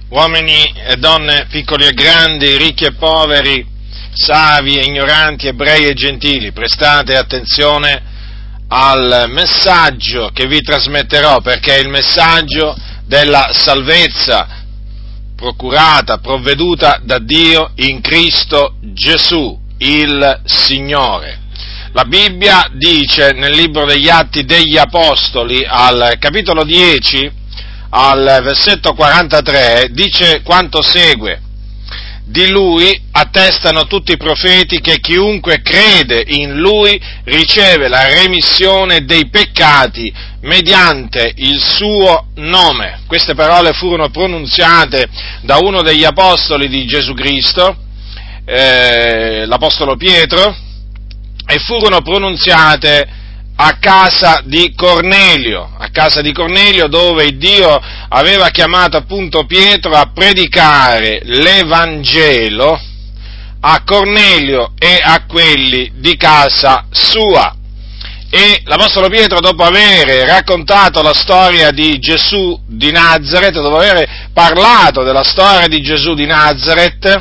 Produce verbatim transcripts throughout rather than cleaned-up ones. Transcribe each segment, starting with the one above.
uomini e donne, piccoli e grandi, ricchi e poveri, savi e ignoranti, ebrei e gentili, prestate attenzione al messaggio che vi trasmetterò, perché è il messaggio della salvezza procurata, provveduta da Dio in Cristo Gesù, il Signore. La Bibbia dice nel libro degli Atti degli Apostoli, al capitolo dieci, al versetto quarantatré, dice quanto segue: di Lui attestano tutti i profeti che chiunque crede in Lui riceve la remissione dei peccati mediante il suo nome. Queste parole furono pronunziate da uno degli apostoli di Gesù Cristo, eh, l'apostolo Pietro, e furono pronunziate a casa di Cornelio, a casa di Cornelio dove Dio aveva chiamato appunto Pietro a predicare l'Evangelo a Cornelio e a quelli di casa sua. E l'apostolo Pietro, dopo aver raccontato la storia di Gesù di Nazaret, dopo aver parlato della storia di Gesù di Nazaret,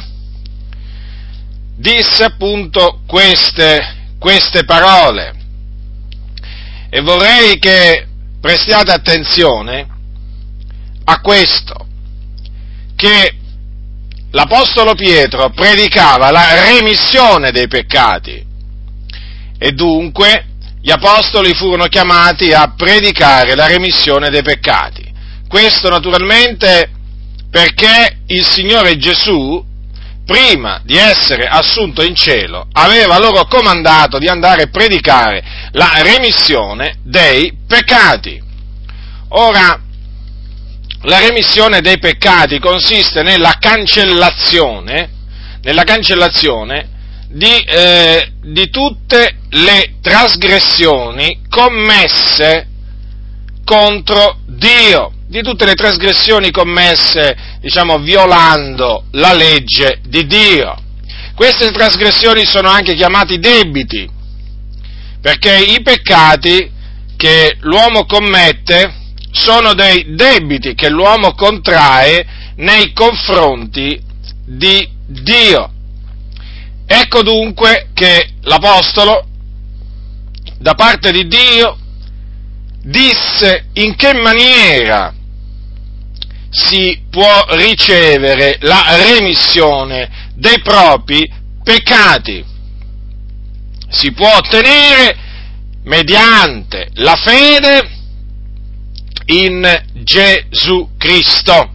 disse appunto queste, queste parole. E vorrei che prestiate attenzione a questo, che l'apostolo Pietro predicava la remissione dei peccati e dunque gli apostoli furono chiamati a predicare la remissione dei peccati. Questo naturalmente perché il Signore Gesù, prima di essere assunto in cielo, aveva loro comandato di andare a predicare la remissione dei peccati. Ora, la remissione dei peccati consiste nella cancellazione, nella cancellazione di, eh, di tutte le trasgressioni commesse contro Dio, di tutte le trasgressioni commesse, diciamo, violando la legge di Dio. Queste trasgressioni sono anche chiamati debiti, perché i peccati che l'uomo commette sono dei debiti che l'uomo contrae nei confronti di Dio. Ecco dunque che l'Apostolo, da parte di Dio, disse in che maniera si può ricevere la remissione dei propri peccati. Si può ottenere mediante la fede in Gesù Cristo.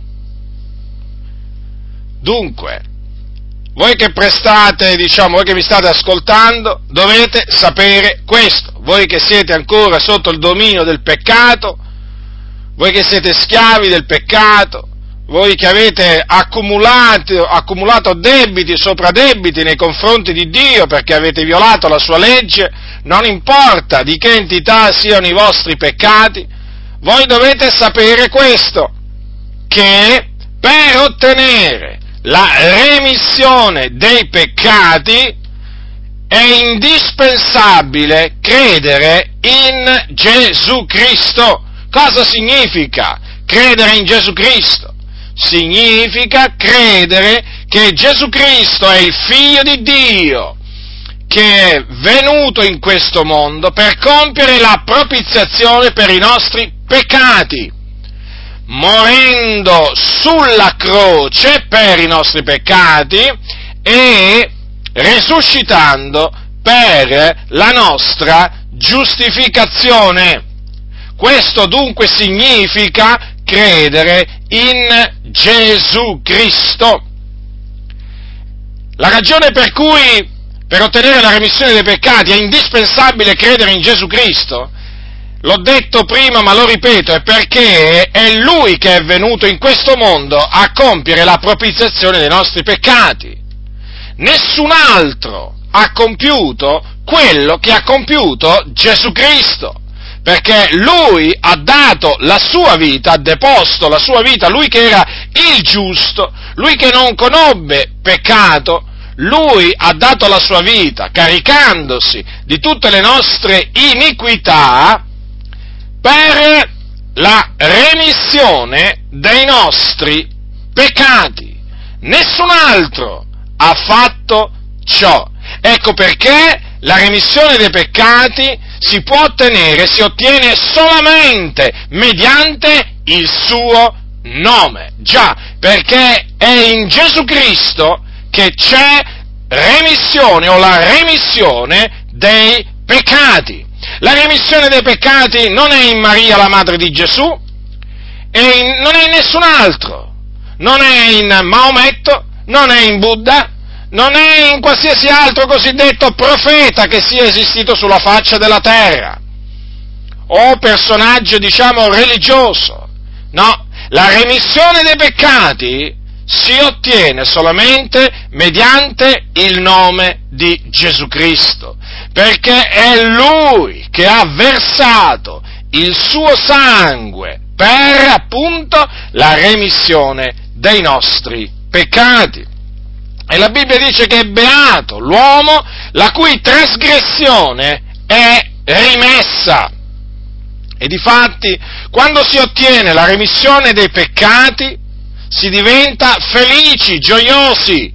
Dunque, voi che prestate, diciamo, voi che vi state ascoltando, dovete sapere questo. Voi che siete ancora sotto il dominio del peccato, voi che siete schiavi del peccato, voi che avete accumulato, accumulato debiti sopra debiti nei confronti di Dio perché avete violato la sua legge, non importa di che entità siano i vostri peccati, voi dovete sapere questo, che per ottenere la remissione dei peccati è indispensabile credere in Gesù Cristo. Cosa significa credere in Gesù Cristo? Significa credere che Gesù Cristo è il Figlio di Dio, che è venuto in questo mondo per compiere la propiziazione per i nostri peccati, morendo sulla croce per i nostri peccati e risuscitando per la nostra giustificazione. Questo dunque significa credere in Gesù Cristo. La ragione per cui per ottenere la remissione dei peccati è indispensabile credere in Gesù Cristo, l'ho detto prima ma lo ripeto, è perché è Lui che è venuto in questo mondo a compiere la propiziazione dei nostri peccati. Nessun altro ha compiuto quello che ha compiuto Gesù Cristo, perché Lui ha dato la sua vita, ha deposto la sua vita, Lui che era il giusto, Lui che non conobbe peccato, Lui ha dato la sua vita caricandosi di tutte le nostre iniquità per la remissione dei nostri peccati. Nessun altro ha fatto ciò. Ecco perché la remissione dei peccati si può ottenere, si ottiene solamente mediante il suo nome. Già, perché è in Gesù Cristo che c'è remissione o la remissione dei peccati. La remissione dei peccati non è in Maria, la madre di Gesù, e in, non è in nessun altro, non è in Maometto, non è in Buddha, non è in qualsiasi altro cosiddetto profeta che sia esistito sulla faccia della terra, o personaggio, diciamo, religioso. No, la remissione dei peccati si ottiene solamente mediante il nome di Gesù Cristo, perché è Lui che ha versato il suo sangue per, appunto, la remissione dei nostri peccati. E la Bibbia dice che è beato l'uomo la cui trasgressione è rimessa. E difatti, quando si ottiene la remissione dei peccati, si diventa felici, gioiosi,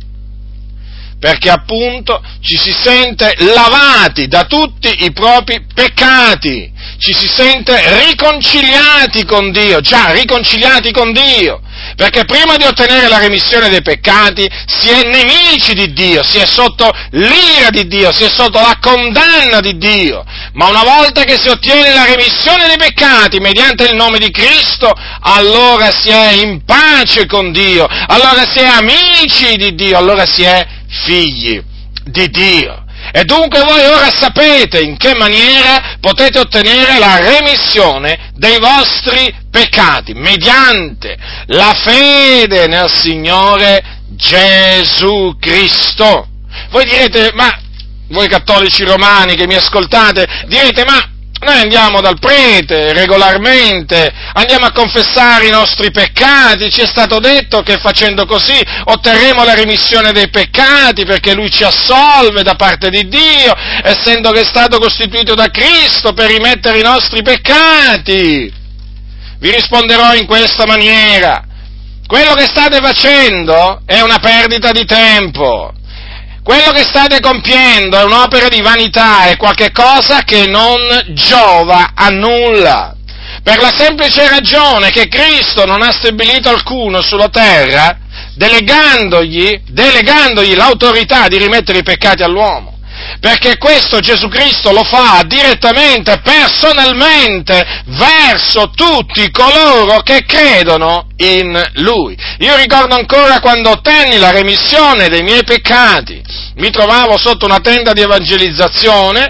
perché appunto ci si sente lavati da tutti i propri peccati, ci si sente riconciliati con Dio, già riconciliati con Dio, perché prima di ottenere la remissione dei peccati si è nemici di Dio, si è sotto l'ira di Dio, si è sotto la condanna di Dio, ma una volta che si ottiene la remissione dei peccati mediante il nome di Cristo, allora si è in pace con Dio, allora si è amici di Dio, allora si è figli di Dio. E dunque voi ora sapete in che maniera potete ottenere la remissione dei vostri peccati, mediante la fede nel Signore Gesù Cristo. Voi direte, ma voi cattolici romani che mi ascoltate, direte, ma noi andiamo dal prete regolarmente, andiamo a confessare i nostri peccati, ci è stato detto che facendo così otterremo la remissione dei peccati perché Lui ci assolve da parte di Dio, essendo che è stato costituito da Cristo per rimettere i nostri peccati. Vi risponderò in questa maniera: quello che state facendo è una perdita di tempo. Quello che state compiendo è un'opera di vanità, è qualche cosa che non giova a nulla, per la semplice ragione che Cristo non ha stabilito alcuno sulla terra, delegandogli, delegandogli l'autorità di rimettere i peccati all'uomo. Perché questo Gesù Cristo lo fa direttamente, personalmente, verso tutti coloro che credono in Lui. Io ricordo ancora quando ottenni la remissione dei miei peccati, mi trovavo sotto una tenda di evangelizzazione,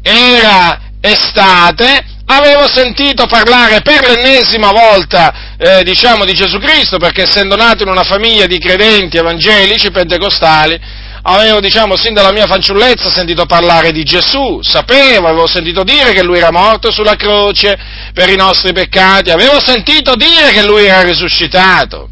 era estate, avevo sentito parlare per l'ennesima volta, eh, diciamo, di Gesù Cristo, perché essendo nato in una famiglia di credenti evangelici pentecostali, avevo, diciamo, sin dalla mia fanciullezza sentito parlare di Gesù, sapevo, avevo sentito dire che Lui era morto sulla croce per i nostri peccati, avevo sentito dire che Lui era risuscitato.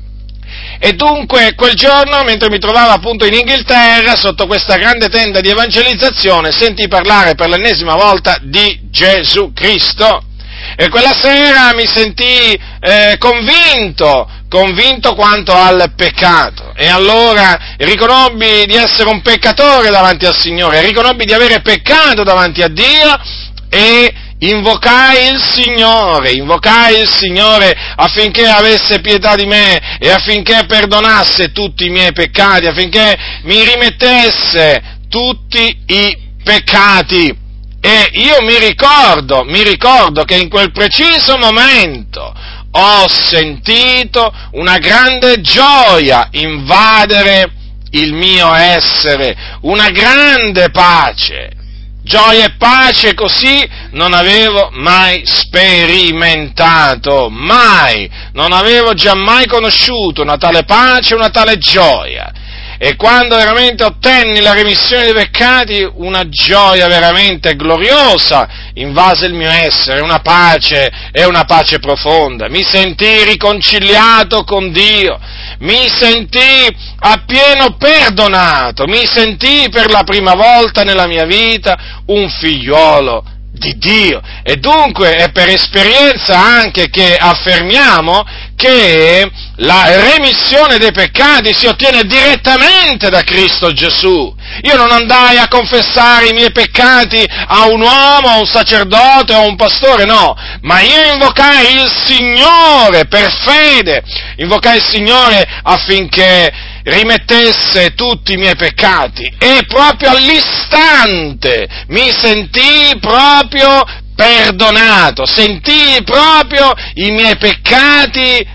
E dunque quel giorno, mentre mi trovavo appunto in Inghilterra, sotto questa grande tenda di evangelizzazione, sentii parlare per l'ennesima volta di Gesù Cristo. E quella sera mi sentii eh, convinto, convinto quanto al peccato. E allora riconobbi di essere un peccatore davanti al Signore, riconobbi di avere peccato davanti a Dio e invocai il Signore, invocai il Signore affinché avesse pietà di me e affinché perdonasse tutti i miei peccati, affinché mi rimettesse tutti i peccati. E io mi ricordo, mi ricordo che in quel preciso momento ho sentito una grande gioia invadere il mio essere, una grande pace. Gioia e pace così non avevo mai sperimentato, mai, non avevo giammai conosciuto una tale pace, una tale gioia. E quando veramente ottenni la remissione dei peccati, una gioia veramente gloriosa invase il mio essere, una pace, e una pace profonda. Mi sentii riconciliato con Dio, mi sentii appieno perdonato, mi sentii per la prima volta nella mia vita un figliuolo di Dio. E dunque è per esperienza anche che affermiamo che la remissione dei peccati si ottiene direttamente da Cristo Gesù. Io non andai a confessare i miei peccati a un uomo, a un sacerdote o a un pastore, no, ma io invocai il Signore per fede, invocai il Signore affinché rimettesse tutti i miei peccati, e proprio all'istante mi sentii proprio perdonato, sentii proprio i miei peccati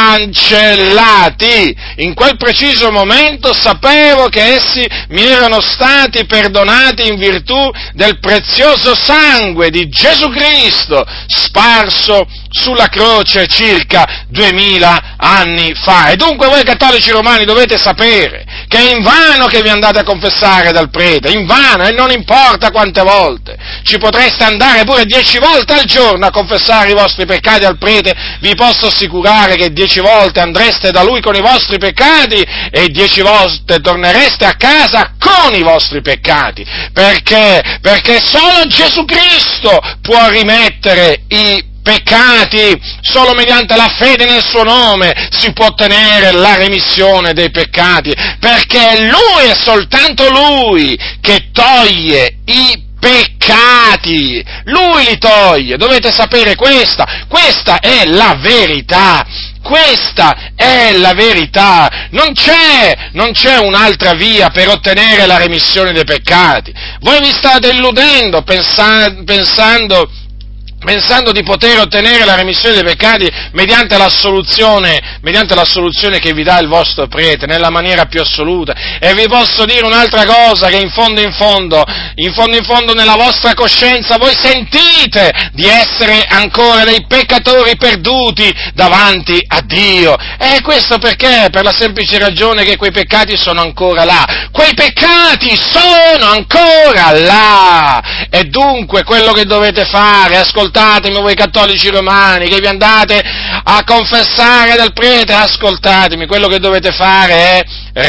cancellati. In quel preciso momento sapevo che essi mi erano stati perdonati in virtù del prezioso sangue di Gesù Cristo sparso sulla croce circa duemila anni fa. E dunque voi cattolici romani dovete sapere che è invano che vi andate a confessare dal prete, invano, e non importa quante volte. Ci potreste andare pure dieci volte al giorno a confessare i vostri peccati al prete, vi posso assicurare che dieci volte andreste da lui con i vostri peccati e dieci volte tornereste a casa con i vostri peccati. Perché? Perché solo Gesù Cristo può rimettere i peccati, solo mediante la fede nel suo nome si può ottenere la remissione dei peccati, perché Lui è soltanto Lui che toglie i peccati, Lui li toglie, dovete sapere questa, questa è la verità. Questa è la verità, non c'è, non c'è un'altra via per ottenere la remissione dei peccati. Voi vi state illudendo pensando, pensando pensando di poter ottenere la remissione dei peccati mediante l'assoluzione, mediante l'assoluzione che vi dà il vostro prete, nella maniera più assoluta. E vi posso dire un'altra cosa, che in fondo in fondo, in fondo in fondo nella vostra coscienza voi sentite di essere ancora dei peccatori perduti davanti a Dio. E questo perché? Per la semplice ragione che quei peccati sono ancora là. Quei peccati sono ancora là! E dunque quello che dovete fare, ascoltate, ascoltatemi voi cattolici romani, che vi andate a confessare dal prete, ascoltatemi, quello che dovete fare è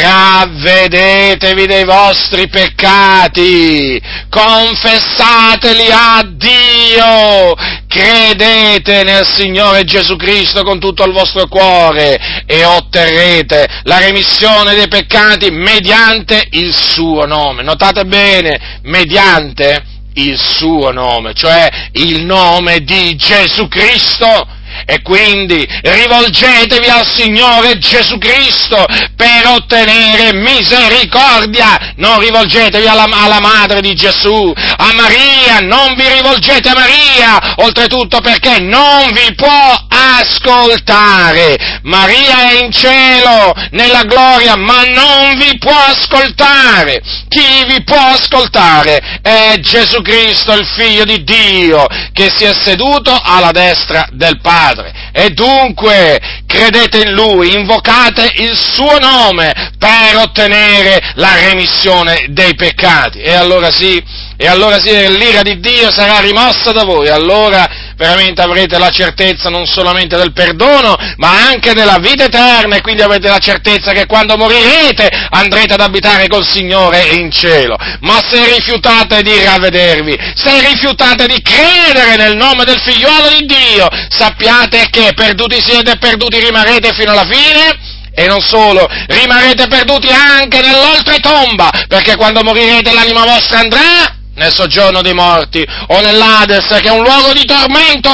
ravvedetevi dei vostri peccati, confessateli a Dio, credete nel Signore Gesù Cristo con tutto il vostro cuore e otterrete la remissione dei peccati mediante il suo nome. Notate bene, mediante il suo nome, cioè il nome di Gesù Cristo. E quindi rivolgetevi al Signore Gesù Cristo per ottenere misericordia, non rivolgetevi alla, alla madre di Gesù, a Maria, non vi rivolgete a Maria, oltretutto perché non vi può ascoltare. Maria è in cielo, nella gloria, ma non vi può ascoltare. Chi vi può ascoltare è Gesù Cristo, il Figlio di Dio, che si è seduto alla destra del Padre. E dunque credete in Lui, invocate il suo nome per ottenere la remissione dei peccati. E allora sì, e allora sì, l'ira di Dio sarà rimossa da voi, allora veramente avrete la certezza non solamente del perdono, ma anche della vita eterna, e quindi avrete la certezza che quando morirete andrete ad abitare col Signore in cielo. Ma se rifiutate di ravvedervi, se rifiutate di credere nel nome del Figliuolo di Dio, sappiate che perduti siete e perduti rimarrete fino alla fine. E non solo, rimarrete perduti anche nell'oltretomba, perché quando morirete l'anima vostra andrà nel soggiorno dei morti, o nell'Ades, che è un luogo di tormento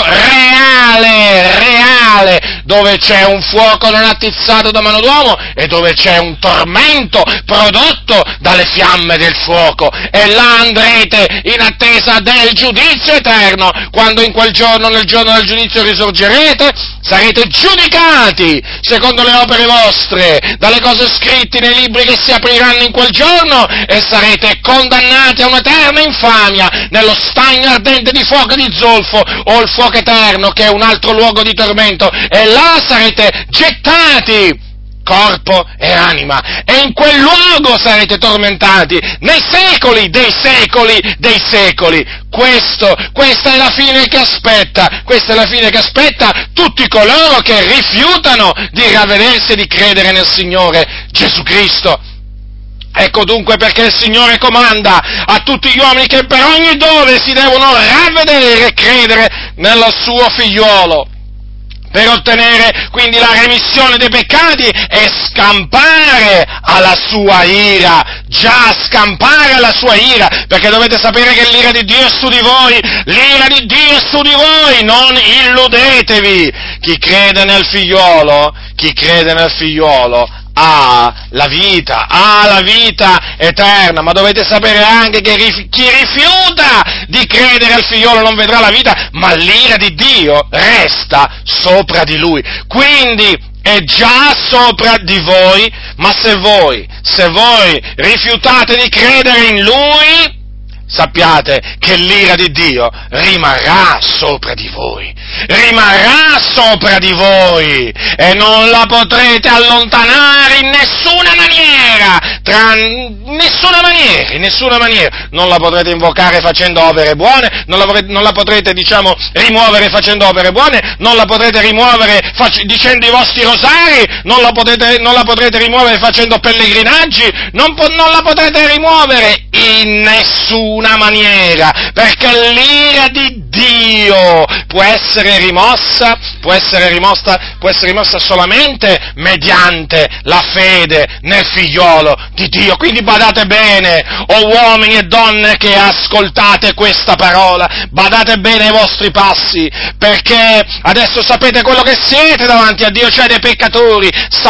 reale, reale, dove c'è un fuoco non attizzato da mano d'uomo, e dove c'è un tormento prodotto dalle fiamme del fuoco, e là andrete in attesa del giudizio eterno, quando in quel giorno, nel giorno del giudizio risorgerete, sarete giudicati secondo le opere vostre, dalle cose scritte nei libri che si apriranno in quel giorno, e sarete condannati a un'eterna infamia nello stagno ardente di fuoco e di zolfo, o il fuoco eterno, che è un altro luogo di tormento, e là sarete gettati, corpo e anima, e in quel luogo sarete tormentati nei secoli dei secoli dei secoli. Questo, questa è la fine che aspetta, questa è la fine che aspetta tutti coloro che rifiutano di ravvedersi e di credere nel Signore Gesù Cristo. Ecco dunque perché il Signore comanda a tutti gli uomini che per ogni dove si devono ravvedere e credere nel suo figliuolo, per ottenere quindi la remissione dei peccati e scampare alla sua ira, già scampare alla sua ira, perché dovete sapere che l'ira di Dio è su di voi, l'ira di Dio è su di voi, non illudetevi. Chi crede nel figliuolo, chi crede nel figliuolo ha la vita, ha la vita eterna, ma dovete sapere anche che chi rifiuta di credere al figliolo non vedrà la vita, ma l'ira di Dio resta sopra di lui. Quindi è già sopra di voi, ma se voi, se voi rifiutate di credere in lui, sappiate che l'ira di Dio rimarrà sopra di voi, rimarrà sopra di voi e non la potrete allontanare in nessuna maniera, tra nessuna maniera, in nessuna maniera, non la potrete invocare facendo opere buone, non la, non la potrete, diciamo, rimuovere facendo opere buone, non la potrete rimuovere fac- dicendo i vostri rosari, non la potrete, non la potrete rimuovere facendo pellegrinaggi, non, po- non la potrete rimuovere in nessuna maniera, perché l'ira di Dio può essere rimossa, può essere rimossa, può essere rimossa solamente mediante la fede nel figliolo di Dio. Quindi badate bene, o uomini e donne che ascoltate questa parola, badate bene ai vostri passi, perché adesso sapete quello che siete davanti a Dio, cioè dei peccatori,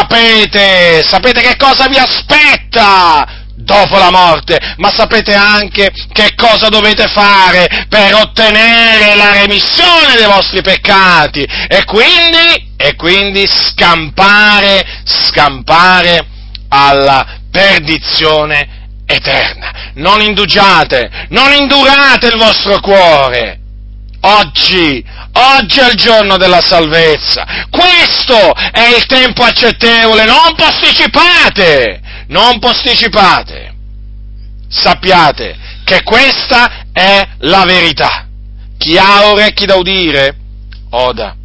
sapete, sapete che cosa vi aspetta dopo la morte, ma sapete anche che cosa dovete fare per ottenere la remissione dei vostri peccati e quindi, e quindi scampare, scampare alla perdizione eterna. Non indugiate, non indurate il vostro cuore. Oggi, oggi è il giorno della salvezza. Questo è il tempo accettevole, non posticipate. Non posticipate, sappiate che questa è la verità. Chi ha orecchi da udire, oda.